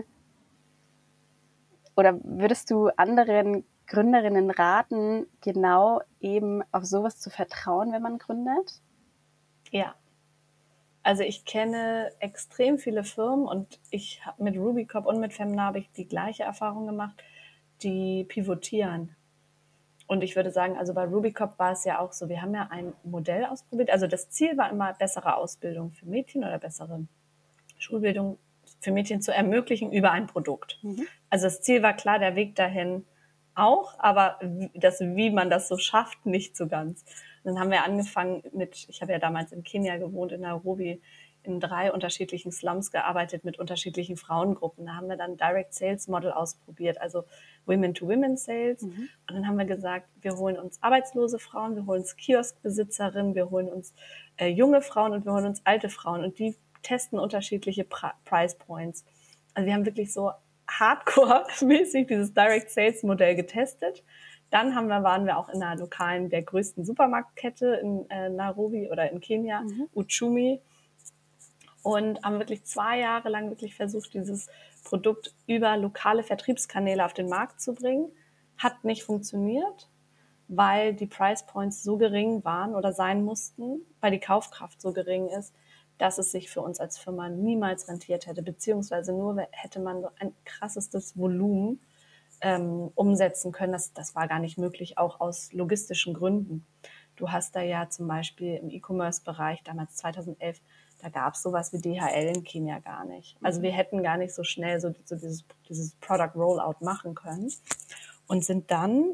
oder würdest du anderen Gründerinnen raten, genau eben auf sowas zu vertrauen, wenn man gründet? Ja. Also ich kenne extrem viele Firmen und ich habe mit Rubicop und mit Femna habe ich die gleiche Erfahrung gemacht, die pivotieren. Und ich würde sagen, also bei Rubicop war es ja auch so, wir haben ja ein Modell ausprobiert. Also das Ziel war immer, bessere Ausbildung für Mädchen oder bessere Schulbildung für Mädchen zu ermöglichen über ein Produkt. Mhm. Also das Ziel war klar, der Weg dahin auch, aber das, wie man das so schafft, nicht so ganz. Und dann haben wir angefangen mit, ich habe ja damals in Kenia gewohnt, in Nairobi, in drei unterschiedlichen Slums gearbeitet mit unterschiedlichen Frauengruppen. Da haben wir dann Direct Sales Model ausprobiert, also Women-to-Women Sales. Mhm. Und dann haben wir gesagt, wir holen uns arbeitslose Frauen, wir holen uns Kioskbesitzerinnen, wir holen uns äh, junge Frauen und wir holen uns alte Frauen. Und die testen unterschiedliche pra- Price Points. Also wir haben wirklich so hardcore-mäßig dieses Direct Sales Modell getestet. Dann haben wir, waren wir auch in einer lokalen, der größten Supermarktkette in äh, Nairobi oder in Kenia, mhm. Uchumi. Und haben wirklich zwei Jahre lang wirklich versucht, dieses Produkt über lokale Vertriebskanäle auf den Markt zu bringen. Hat nicht funktioniert, weil die Price Points so gering waren oder sein mussten, weil die Kaufkraft so gering ist, dass es sich für uns als Firma niemals rentiert hätte, beziehungsweise nur hätte man so ein krassestes Volumen ähm, umsetzen können. Das, das war gar nicht möglich, auch aus logistischen Gründen. Du hast da ja zum Beispiel im E-Commerce-Bereich, damals zweitausendelf, da gab es sowas wie D H L in Kenia gar nicht. Also wir hätten gar nicht so schnell so, so dieses, dieses Product Rollout machen können und sind dann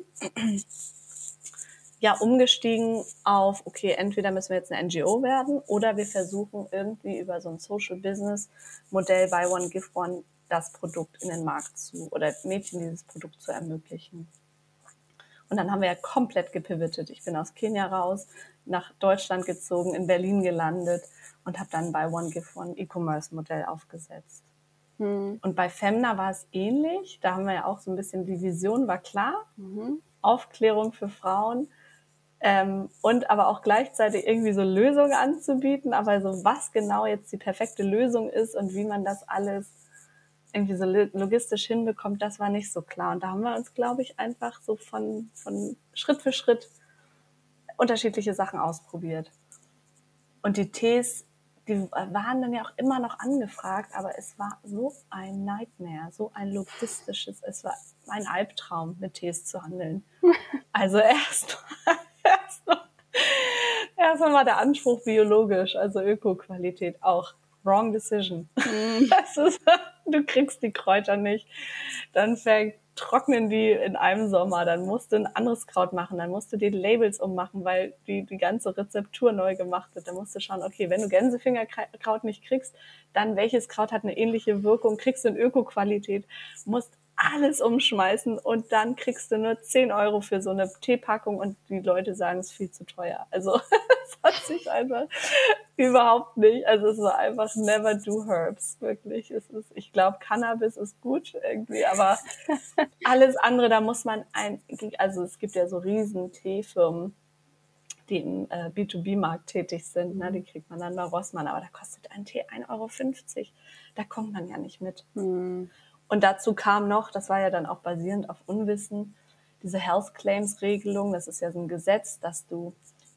ja umgestiegen auf, okay, entweder müssen wir jetzt eine N G O werden oder wir versuchen irgendwie über so ein Social Business Modell Buy One Give One das Produkt in den Markt zu oder Mädchen dieses Produkt zu ermöglichen. Und dann haben wir ja komplett gepivotet. Ich bin aus Kenia raus, nach Deutschland gezogen, in Berlin gelandet und habe dann Buy One Give One E-Commerce Modell aufgesetzt. Hm. Und bei Femna war es ähnlich. Da haben wir ja auch so ein bisschen, die Vision war klar. Mhm. Aufklärung für Frauen. Ähm, und aber auch gleichzeitig irgendwie so Lösungen anzubieten, aber so was genau jetzt die perfekte Lösung ist und wie man das alles irgendwie so logistisch hinbekommt, das war nicht so klar. Und da haben wir uns, glaube ich, einfach so von, von Schritt für Schritt unterschiedliche Sachen ausprobiert. Und die Tees, die waren dann ja auch immer noch angefragt, aber es war so ein Nightmare, so ein logistisches, es war ein Albtraum, mit Tees zu handeln. Also erst Erst noch, erst mal der Anspruch biologisch, also Öko-Qualität auch. Wrong decision. Mm. Das ist, du kriegst die Kräuter nicht. Dann trocknen die in einem Sommer. Dann musst du ein anderes Kraut machen. Dann musst du die Labels ummachen, weil die, die ganze Rezeptur neu gemacht wird. Dann musst du schauen, okay, wenn du Gänsefingerkraut nicht kriegst, dann welches Kraut hat eine ähnliche Wirkung? Kriegst du in Öko-Qualität? Musst alles umschmeißen und dann kriegst du nur zehn Euro für so eine Teepackung und die Leute sagen, es ist viel zu teuer. Also es hat sich einfach überhaupt nicht, also es war einfach never do herbs, wirklich. Es ist, ich glaube, Cannabis ist gut irgendwie, aber alles andere, da muss man ein, also es gibt ja so riesen Teefirmen, die im äh, B zwei B-Markt tätig sind, mhm. ne, die kriegt man dann bei Rossmann, aber da kostet ein Tee ein Euro fünfzig, da kommt man ja nicht mit. Mhm. Und dazu kam noch, das war ja dann auch basierend auf Unwissen, diese Health Claims Regelung, das ist ja so ein Gesetz, dass du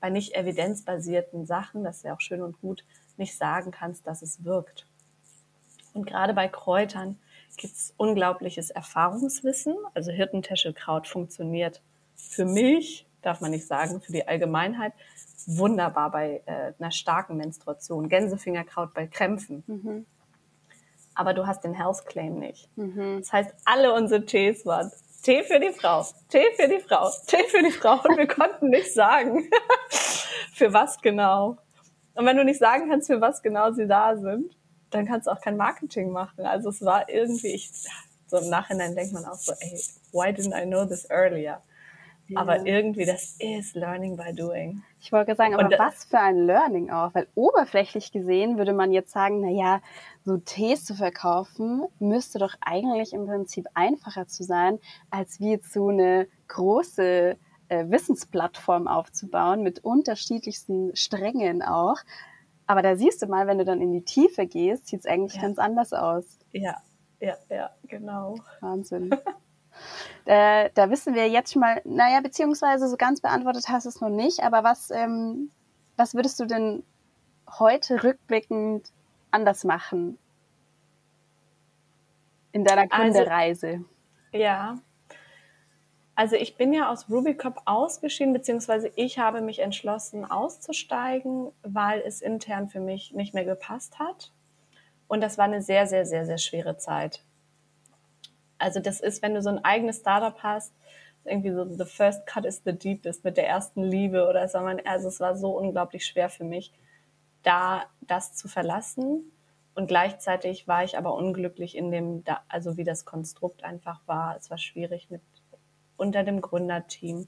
bei nicht evidenzbasierten Sachen, das ist ja auch schön und gut, nicht sagen kannst, dass es wirkt. Und gerade bei Kräutern gibt es unglaubliches Erfahrungswissen. Also Hirtentäschelkraut funktioniert für mich, darf man nicht sagen, für die Allgemeinheit, wunderbar bei äh, einer starken Menstruation. Gänsefingerkraut bei Krämpfen. Mhm. Aber du hast den Health Claim nicht. Mhm. Das heißt, alle unsere Tees waren Tee für die Frau, Tee für die Frau, Tee für die Frau. Und wir konnten nicht sagen, für was genau. Und wenn du nicht sagen kannst, für was genau sie da sind, dann kannst du auch kein Marketing machen. Also es war irgendwie, ich, so im Nachhinein denkt man auch so, ey, why didn't I know this earlier? Yeah. Aber irgendwie, das ist Learning by Doing. Ich wollte sagen, aber was für ein Learning auch, weil oberflächlich gesehen würde man jetzt sagen, na ja, so Tees zu verkaufen, müsste doch eigentlich im Prinzip einfacher zu sein, als wie jetzt so eine große äh, Wissensplattform aufzubauen mit unterschiedlichsten Strängen auch. Aber da siehst du mal, wenn du dann in die Tiefe gehst, sieht es eigentlich ja. ganz anders aus. Ja, ja, ja, genau. Wahnsinn. Da, da wissen wir jetzt schon mal, naja, beziehungsweise so ganz beantwortet hast du es noch nicht, aber was, ähm, was würdest du denn heute rückblickend anders machen in deiner Gründerreise? Also, ja, also ich bin ja aus Rubicop ausgeschieden, beziehungsweise ich habe mich entschlossen auszusteigen, weil es intern für mich nicht mehr gepasst hat. Und das war eine sehr, sehr, sehr, sehr schwere Zeit. Also das ist, wenn du so ein eigenes Startup hast, irgendwie so the first cut is the deepest mit der ersten Liebe oder so. Also es war so unglaublich schwer für mich, da das zu verlassen. Und gleichzeitig war ich aber unglücklich in dem, also wie das Konstrukt einfach war. Es war schwierig mit unter dem Gründerteam.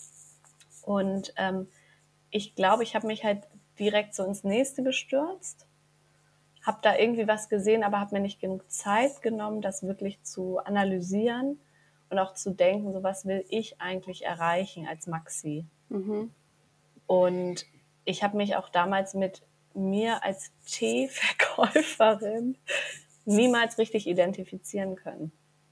Und ähm, ich glaube, ich habe mich halt direkt so ins Nächste gestürzt. Habe da irgendwie was gesehen, aber habe mir nicht genug Zeit genommen, das wirklich zu analysieren und auch zu denken, so was will ich eigentlich erreichen als Maxi. Mhm. Und ich habe mich auch damals mit mir als Teeverkäuferin niemals richtig identifizieren können.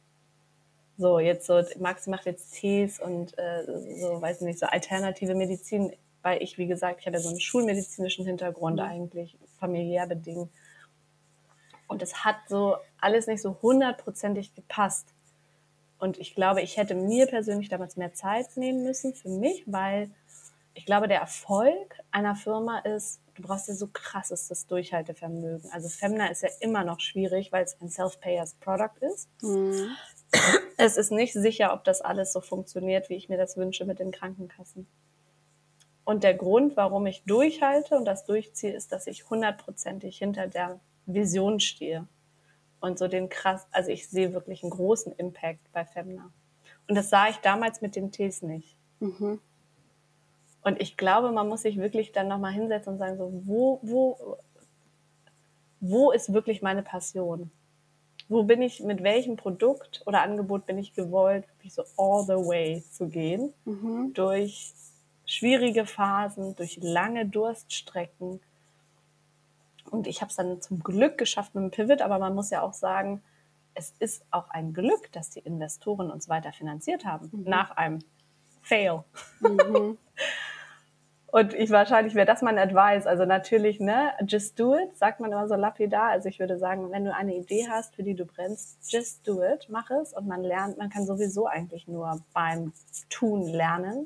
So, jetzt so, Maxi macht jetzt Tees und äh, so, weiß nicht, so alternative Medizin, weil ich, wie gesagt, ich habe ja so einen schulmedizinischen Hintergrund mhm. eigentlich, familiär bedingt. Und es hat so alles nicht so hundertprozentig gepasst. Und ich glaube, ich hätte mir persönlich damals mehr Zeit nehmen müssen für mich, weil ich glaube, der Erfolg einer Firma ist, du brauchst ja so krassestes Durchhaltevermögen. Also Femna ist ja immer noch schwierig, weil es ein Self-Payers-Product ist. Mhm. Es ist nicht sicher, ob das alles so funktioniert, wie ich mir das wünsche mit den Krankenkassen. Und der Grund, warum ich durchhalte und das durchziehe, ist, dass ich hundertprozentig hinter der Vision stehe und so den krass, also ich sehe wirklich einen großen Impact bei Femna. Und das sah ich damals mit den Tees nicht. Mhm. Und ich glaube, man muss sich wirklich dann nochmal hinsetzen und sagen, so, wo, wo, wo ist wirklich meine Passion? Wo bin ich, mit welchem Produkt oder Angebot bin ich gewollt, wirklich so all the way zu gehen, mhm. durch schwierige Phasen, durch lange Durststrecken. Und ich habe es dann zum Glück geschafft mit dem Pivot, aber man muss ja auch sagen, es ist auch ein Glück, dass die Investoren uns weiter finanziert haben, mhm. nach einem Fail. Mhm. Und ich wahrscheinlich wäre das mein Advice. Also natürlich, ne, just do it, sagt man immer so lapidar. Also ich würde sagen, wenn du eine Idee hast, für die du brennst, just do it, mach es. Und man lernt, man kann sowieso eigentlich nur beim Tun lernen.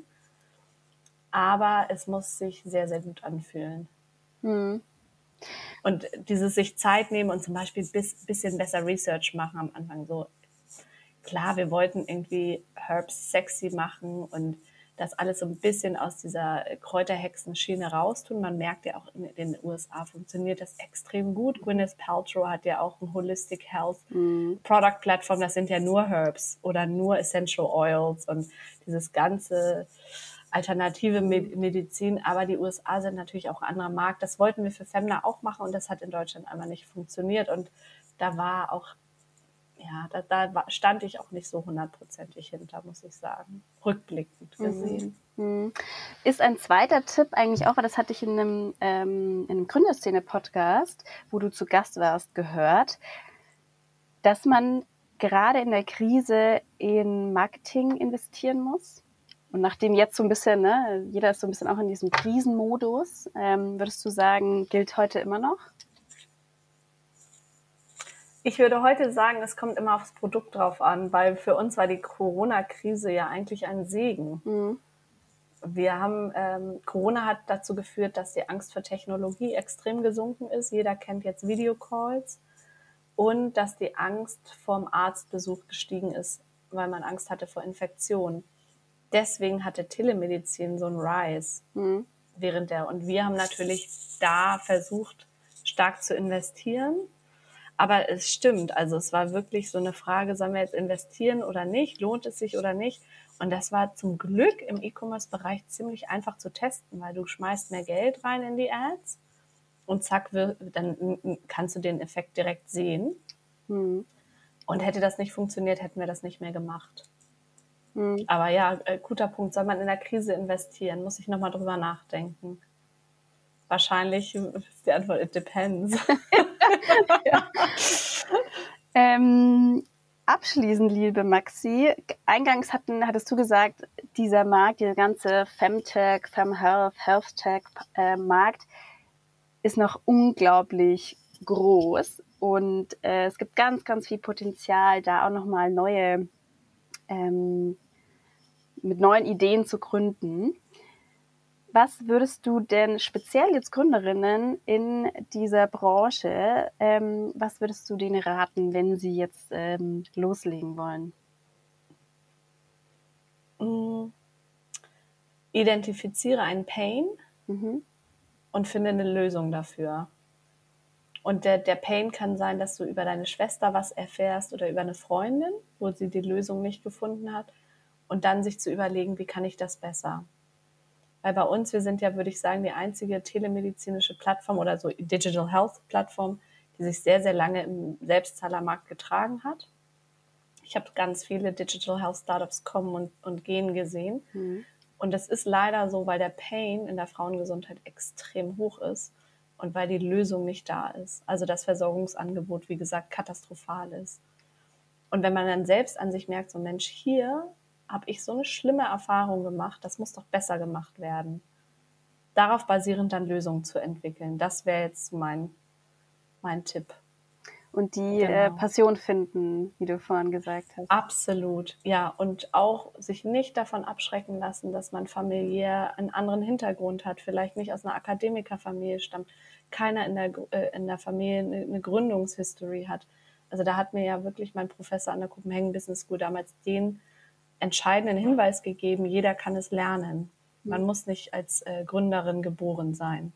Aber es muss sich sehr, sehr gut anfühlen. Mhm. Und dieses sich Zeit nehmen und zum Beispiel ein bis, bisschen besser Research machen am Anfang. So, klar, wir wollten irgendwie Herbs sexy machen und das alles so ein bisschen aus dieser Kräuterhexen-Schiene raustun. Man merkt ja auch, in den U S A funktioniert das extrem gut. Gwyneth Paltrow hat ja auch ein Holistic Health mhm. Product Plattform. Das sind ja nur Herbs oder nur Essential Oils und dieses ganze alternative Medizin. Aber die U S A sind natürlich auch ein anderer Markt. Das wollten wir für Femna auch machen und das hat in Deutschland einfach nicht funktioniert. Und da war auch Ja, da, da stand ich auch nicht so hundertprozentig hinter, muss ich sagen. Rückblickend gesehen. Mhm. Ist ein zweiter Tipp eigentlich auch, weil das hatte ich in einem, ähm, in einem Gründerszene-Podcast, wo du zu Gast warst, gehört, dass man gerade in der Krise in Marketing investieren muss. Und nachdem jetzt so ein bisschen, ne, jeder ist so ein bisschen auch in diesem Krisenmodus, ähm, würdest du sagen, gilt heute immer noch? Ich würde heute sagen, es kommt immer aufs Produkt drauf an, weil für uns war die Corona-Krise ja eigentlich ein Segen. Mhm. Wir haben, ähm, Corona hat dazu geführt, dass die Angst vor Technologie extrem gesunken ist. Jeder kennt jetzt Videocalls. Und dass die Angst vorm Arztbesuch gestiegen ist, weil man Angst hatte vor Infektionen. Deswegen hatte Telemedizin so einen Rise mhm. während der. Und wir haben natürlich da versucht, stark zu investieren. Aber es stimmt, also es war wirklich so eine Frage, sollen wir jetzt investieren oder nicht? Lohnt es sich oder nicht? Und das war zum Glück im E-Commerce-Bereich ziemlich einfach zu testen, weil du schmeißt mehr Geld rein in die Ads und zack, dann kannst du den Effekt direkt sehen. Hm. Und hätte das nicht funktioniert, hätten wir das nicht mehr gemacht. Hm. Aber ja, äh, guter Punkt. Soll man in der Krise investieren? Muss ich nochmal drüber nachdenken. Wahrscheinlich ist die Antwort, it depends. ja. ähm, abschließend, liebe Maxi, eingangs hatten, hattest du gesagt, dieser Markt, dieser ganze Femtech, Femhealth, Healthtech-Markt ist noch unglaublich groß und äh, es gibt ganz, ganz viel Potenzial, da auch nochmal neue, ähm, mit neuen Ideen zu gründen. Was würdest du denn speziell jetzt Gründerinnen in dieser Branche, ähm, was würdest du denen raten, wenn sie jetzt ähm, loslegen wollen? Mm. Identifiziere einen Pain mhm. und finde eine Lösung dafür. Und der, der Pain kann sein, dass du über deine Schwester was erfährst oder über eine Freundin, wo sie die Lösung nicht gefunden hat. Und dann sich zu überlegen, wie kann ich das besser? Weil bei uns, wir sind ja, würde ich sagen, die einzige telemedizinische Plattform oder so Digital Health Plattform, die sich sehr, sehr lange im Selbstzahlermarkt getragen hat. Ich habe ganz viele Digital Health Startups kommen und, und gehen gesehen. Mhm. Und das ist leider so, weil der Pain in der Frauengesundheit extrem hoch ist und weil die Lösung nicht da ist. Also das Versorgungsangebot, wie gesagt, katastrophal ist. Und wenn man dann selbst an sich merkt, so Mensch, hier habe ich so eine schlimme Erfahrung gemacht, das muss doch besser gemacht werden. Darauf basierend dann Lösungen zu entwickeln. Das wäre jetzt mein, mein Tipp. Und die genau. äh, Passion finden, wie du vorhin gesagt hast. Absolut, ja. Und auch sich nicht davon abschrecken lassen, dass man familiär einen anderen Hintergrund hat, vielleicht nicht aus einer Akademikerfamilie stammt, keiner in der, äh, in der Familie eine, eine Gründungshistory hat. Also da hat mir ja wirklich mein Professor an der Copenhagen Business School damals den entscheidenden Hinweis gegeben, jeder kann es lernen. Man mhm. muss nicht als äh, Gründerin geboren sein.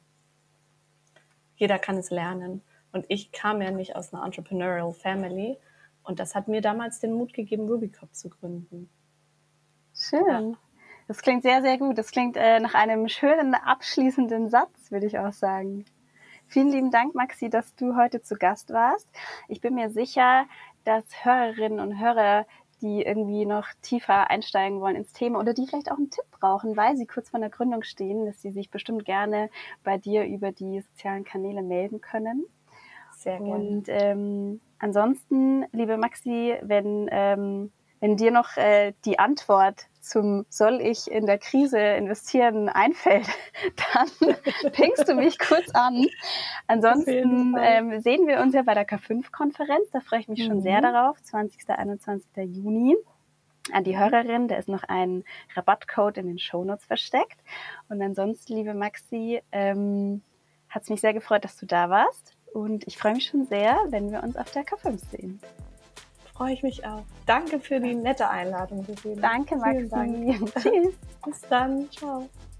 Jeder kann es lernen. Und ich kam ja nicht aus einer Entrepreneurial Family. Und das hat mir damals den Mut gegeben, Rubicop zu gründen. Schön. Ja. Das klingt sehr, sehr gut. Das klingt äh, nach einem schönen abschließenden Satz, würde ich auch sagen. Vielen lieben Dank, Maxi, dass du heute zu Gast warst. Ich bin mir sicher, dass Hörerinnen und Hörer, die irgendwie noch tiefer einsteigen wollen ins Thema oder die vielleicht auch einen Tipp brauchen, weil sie kurz vor der Gründung stehen, dass sie sich bestimmt gerne bei dir über die sozialen Kanäle melden können. Sehr gerne. Und ähm, ansonsten, liebe Maxi, wenn, ähm, wenn dir noch äh, die Antwort zum soll ich in der Krise investieren einfällt, dann pingst du mich kurz an. Ansonsten ähm, sehen wir uns ja bei der K fünf Konferenz, da freue ich mich mhm. schon sehr darauf, zwanzigsten und einundzwanzigsten Juni. An die Hörerin, da ist noch ein Rabattcode in den Shownotes versteckt. Und ansonsten, liebe Maxi, ähm, hat es mich sehr gefreut, dass du da warst. Und ich freue mich schon sehr, wenn wir uns auf der K fünf sehen. Freue ich mich auch. Danke für die nette Einladung. Danke, Maxi. Dank. Tschüss. Bis dann. Ciao.